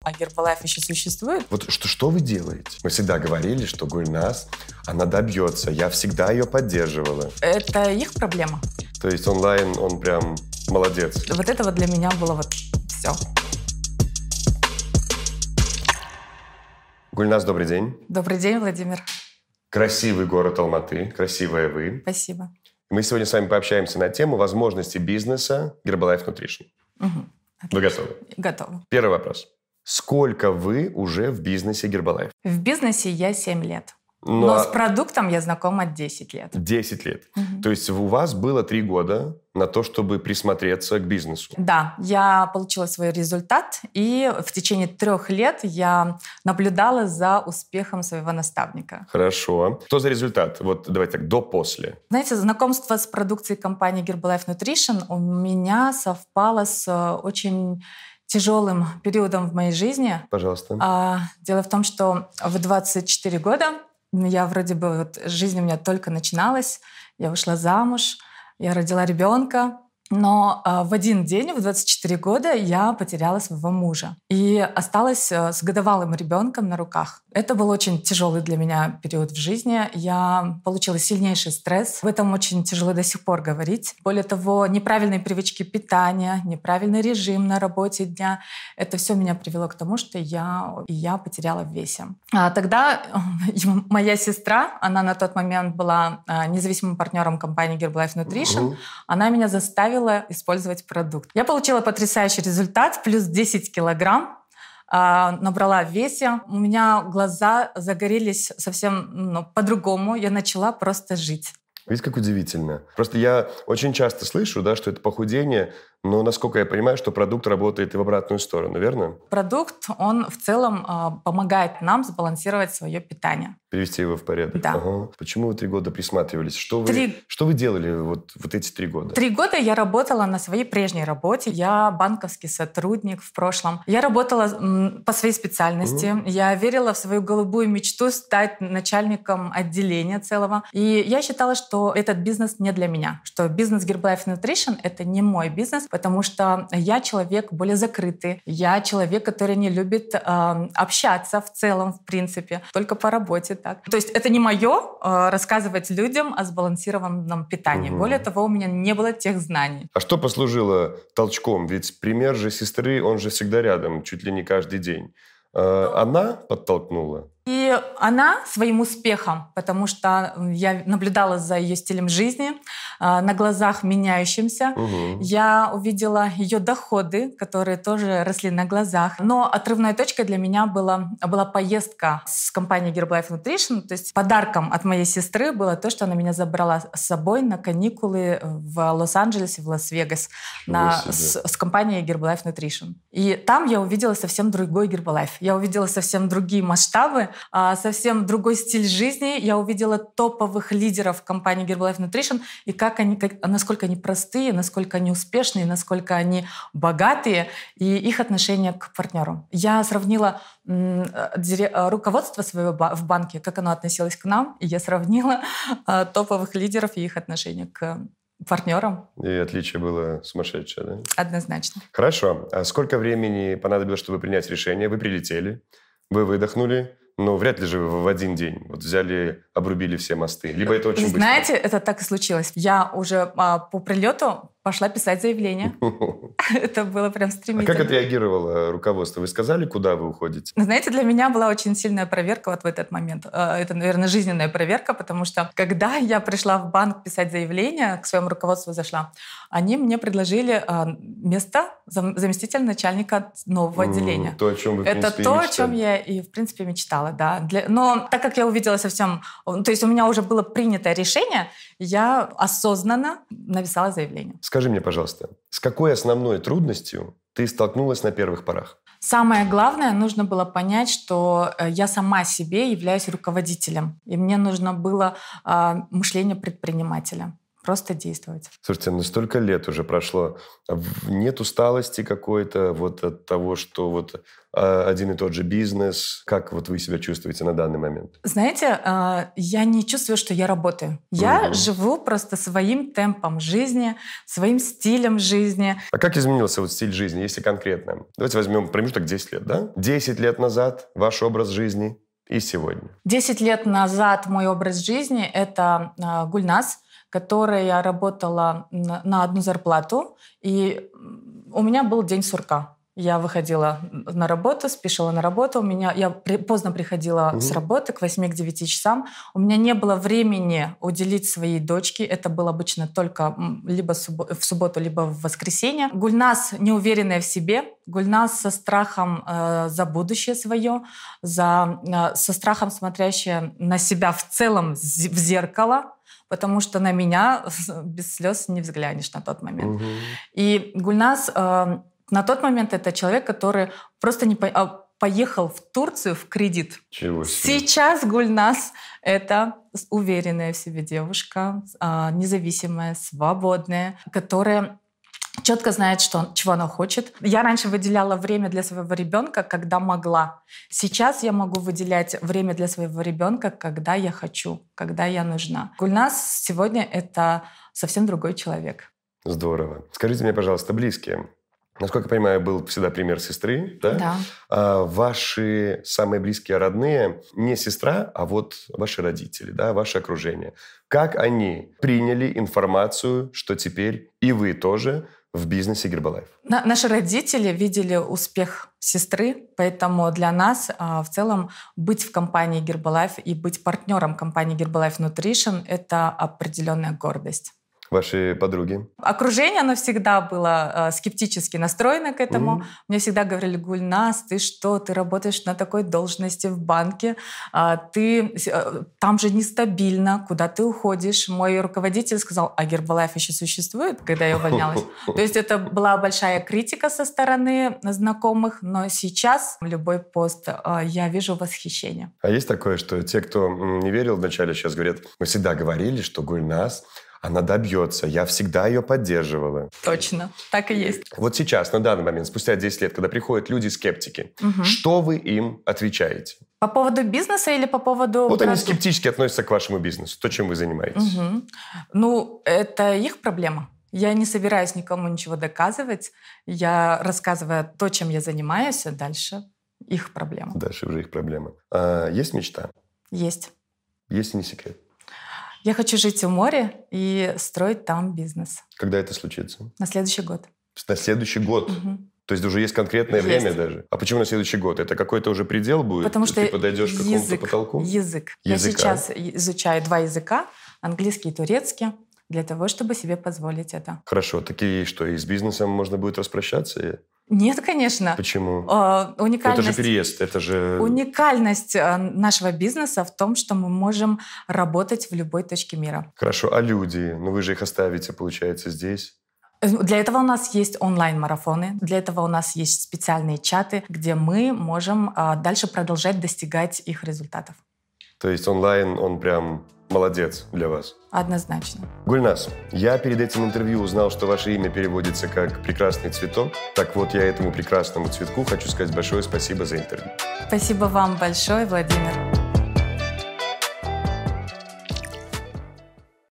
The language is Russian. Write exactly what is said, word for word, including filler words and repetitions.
А Гербалайф еще существует. Вот что, что вы делаете? Мы всегда говорили, что Гульназ, она добьется. Я всегда ее поддерживала. Это их проблема. То есть онлайн, он прям молодец. Вот это вот для меня было вот все. Гульназ, добрый день. Добрый день, Владимир. Красивый город Алматы, красивая вы. Спасибо. Мы сегодня с вами пообщаемся на тему возможности бизнеса Herbalife Nutrition. Угу. Вы готовы? Готова. Первый вопрос. Сколько вы уже в бизнесе Herbalife? В бизнесе я семь лет. Но, Но с продуктом я знакома десять лет. десять лет. Угу. То есть у вас было три года на то, чтобы присмотреться к бизнесу. Да, я получила свой результат, и в течение трех лет я наблюдала за успехом своего наставника. Хорошо. Что за результат? Вот давайте так, до-после. Знаете, знакомство с продукцией компании Herbalife Nutrition у меня совпало с очень тяжелым периодом в моей жизни. Пожалуйста. Дело в том, что в двадцать четыре года я вроде бы, вот, жизнь у меня только начиналась, я вышла замуж, я родила ребенка, но э, в один день, в двадцать четыре года, я потеряла своего мужа и осталась э, с годовалым ребенком на руках. Это был очень тяжелый для меня период в жизни. Я получила сильнейший стресс. В этом очень тяжело до сих пор говорить. Более того, неправильные привычки питания, неправильный режим на работе дня — это все меня привело к тому, что я, я потеряла в весе. А тогда моя сестра, она на тот момент была независимым партнером компании Herbalife Nutrition, угу. Она меня заставила использовать продукт. Я получила потрясающий результат, плюс десять килограмм, набрала в весе. У меня глаза загорелись совсем ну, по-другому. Я начала просто жить. Видите, как удивительно. Просто я очень часто слышу, да, что это похудение, но, насколько я понимаю, что продукт работает и в обратную сторону, верно? Продукт, он в целом э, помогает нам сбалансировать свое питание. Привести его в порядок? Да. Ага. Почему вы три года присматривались? Что вы, три... что вы делали вот, вот эти три года? Три года я работала на своей прежней работе. Я банковский сотрудник в прошлом. Я работала м, по своей специальности. Mm-hmm. Я верила в свою голубую мечту стать начальником отделения целого. И я считала, что этот бизнес не для меня. Что бизнес Herbalife Nutrition — это не мой бизнес, потому что я человек более закрытый. Я человек, который не любит э, общаться в целом, в принципе. Только по работе так. То есть это не мое э, рассказывать людям о сбалансированном питании. Угу. Более того, у меня не было тех знаний. А что послужило толчком? Ведь пример же сестры, он же всегда рядом, чуть ли не каждый день. Э, она подтолкнула? И она своим успехом, потому что я наблюдала за ее стилем жизни, на глазах меняющимся. Угу. Я увидела ее доходы, которые тоже росли на глазах. Но отрывной точкой для меня была, была поездка с компанией Herbalife Nutrition. То есть подарком от моей сестры было то, что она меня забрала с собой на каникулы в Лос-Анджелесе, в Лас-Вегас на, с, с компанией Herbalife Nutrition. И там я увидела совсем другой Herbalife. Я увидела совсем другие масштабы, совсем другой стиль жизни. Я увидела топовых лидеров компании Herbalife Nutrition и как они, как, насколько они простые, насколько они успешные, насколько они богатые и их отношение к партнеру. Я сравнила м, руководство своего в банке, как оно относилось к нам, и я сравнила а, топовых лидеров и их отношение к партнерам. И отличие было сумасшедшее, да? Однозначно. Хорошо. А сколько времени понадобилось, чтобы принять решение? Вы прилетели, вы выдохнули. Ну, вряд ли же вы в один день вот взяли, обрубили все мосты. Либо это очень быстро. Знаете, это так и случилось. Я уже а, по прилету пошла писать заявление. Это было прям стремительно. А как отреагировало руководство? Вы сказали, куда вы уходите? Знаете, для меня была очень сильная проверка вот в этот момент. Это, наверное, жизненная проверка, потому что когда я пришла в банк писать заявление, к своему руководству зашла, они мне предложили место заместителя начальника нового отделения. То, о чем вы, в Это принципе, то, мечтали. о чем я и, в принципе, мечтала, да. Для... Но так как я увидела совсем... То есть у меня уже было принято решение, я осознанно написала заявление. Скажи мне, пожалуйста, с какой основной трудностью ты столкнулась на первых порах? Самое главное, нужно было понять, что я сама себе являюсь руководителем. И мне нужно было э, мышление предпринимателя. просто действовать. Слушайте, ну столько лет уже прошло. Нет усталости какой-то вот от того, что вот один и тот же бизнес. Как вот вы себя чувствуете на данный момент? Знаете, я не чувствую, что я работаю. Я угу. живу просто своим темпом жизни, своим стилем жизни. А как изменился вот стиль жизни, если конкретно? Давайте возьмем промежуток десять лет, да? десять лет назад ваш образ жизни и сегодня. десять лет назад мой образ жизни — это Гульназ, которая работала на одну зарплату, и у меня был день сурка. Я выходила на работу, спешила на работу. У меня, я при, поздно приходила mm-hmm. с работы, к восьми-девяти часам. У меня не было времени уделить своей дочке. Это было обычно только либо в субботу, либо в воскресенье. Гульназ неуверенная в себе. Гульназ со страхом э, за будущее свое, за, э, со страхом смотрящая на себя в целом в зеркало, потому что на меня без слез не взглянешь на тот момент. Mm-hmm. И Гульназ... Э, На тот момент это человек, который просто не по... а поехал в Турцию в кредит. Чего себе. Сейчас Гульназ — это уверенная в себе девушка, независимая, свободная, которая четко знает, что, чего она хочет. Я раньше выделяла время для своего ребенка, когда могла. Сейчас я могу выделять время для своего ребенка, когда я хочу, когда я нужна. Гульназ сегодня — это совсем другой человек. Здорово. Скажите мне, пожалуйста, близкие. Насколько я понимаю, был всегда пример сестры, да? Да. А ваши самые близкие родные, не сестра, а вот ваши родители, да, ваше окружение. Как они приняли информацию, что теперь и вы тоже в бизнесе Гербалайф? На, наши родители видели успех сестры, поэтому для нас а, в целом быть в компании Гербалайф и быть партнером компании Гербалайф Nutrition — это определенная гордость. Ваши подруги? Окружение, оно всегда было э, скептически настроено к этому. Mm-hmm. Мне всегда говорили: Гульназ, ты что, ты работаешь на такой должности в банке, э, ты, э, там же нестабильно, куда ты уходишь. Мой руководитель сказал: а Гербалайф еще существует, когда я увольнялась. То есть это была большая критика со стороны знакомых, но сейчас любой пост э, я вижу восхищение. А есть такое, что те, кто не верил вначале, сейчас говорят: мы всегда говорили, что Гульназ, она добьется. Я всегда ее поддерживала. Точно, так и есть. Вот сейчас, на данный момент, спустя десять лет, когда приходят люди-скептики, угу. что вы им отвечаете? По поводу бизнеса или по поводу... Вот они скептически относятся к вашему бизнесу, то, чем вы занимаетесь. Угу. Ну, это их проблема. Я не собираюсь никому ничего доказывать. Я рассказываю то, чем я занимаюсь, а дальше их проблема. Дальше уже их проблема. А есть мечта? Есть. Есть и не секрет? Я хочу жить у моря и строить там бизнес. Когда это случится? На следующий год. На следующий год? Угу. То есть уже есть конкретное есть. время даже? А почему на следующий год? Это какой-то уже предел будет? Потому что ты подойдешь к какому-то потолку? Язык. Языка. Я сейчас изучаю два языка, английский и турецкий, для того, чтобы себе позволить это. Хорошо. Такие что, и с бизнесом можно будет распрощаться? Нет, конечно. Почему? Э, уникальность, это же переезд, это же... Уникальность нашего бизнеса в том, что мы можем работать в любой точке мира. Хорошо, а люди? Ну вы же их оставите, получается, здесь? Для этого у нас есть онлайн-марафоны, для этого у нас есть специальные чаты, где мы можем дальше продолжать достигать их результатов. То есть онлайн, он прям... Молодец для вас. Однозначно. Гульназ, я перед этим интервью узнал, что ваше имя переводится как «прекрасный цветок». Так вот, я этому прекрасному цветку хочу сказать большое спасибо за интервью. Спасибо вам большое, Владимир.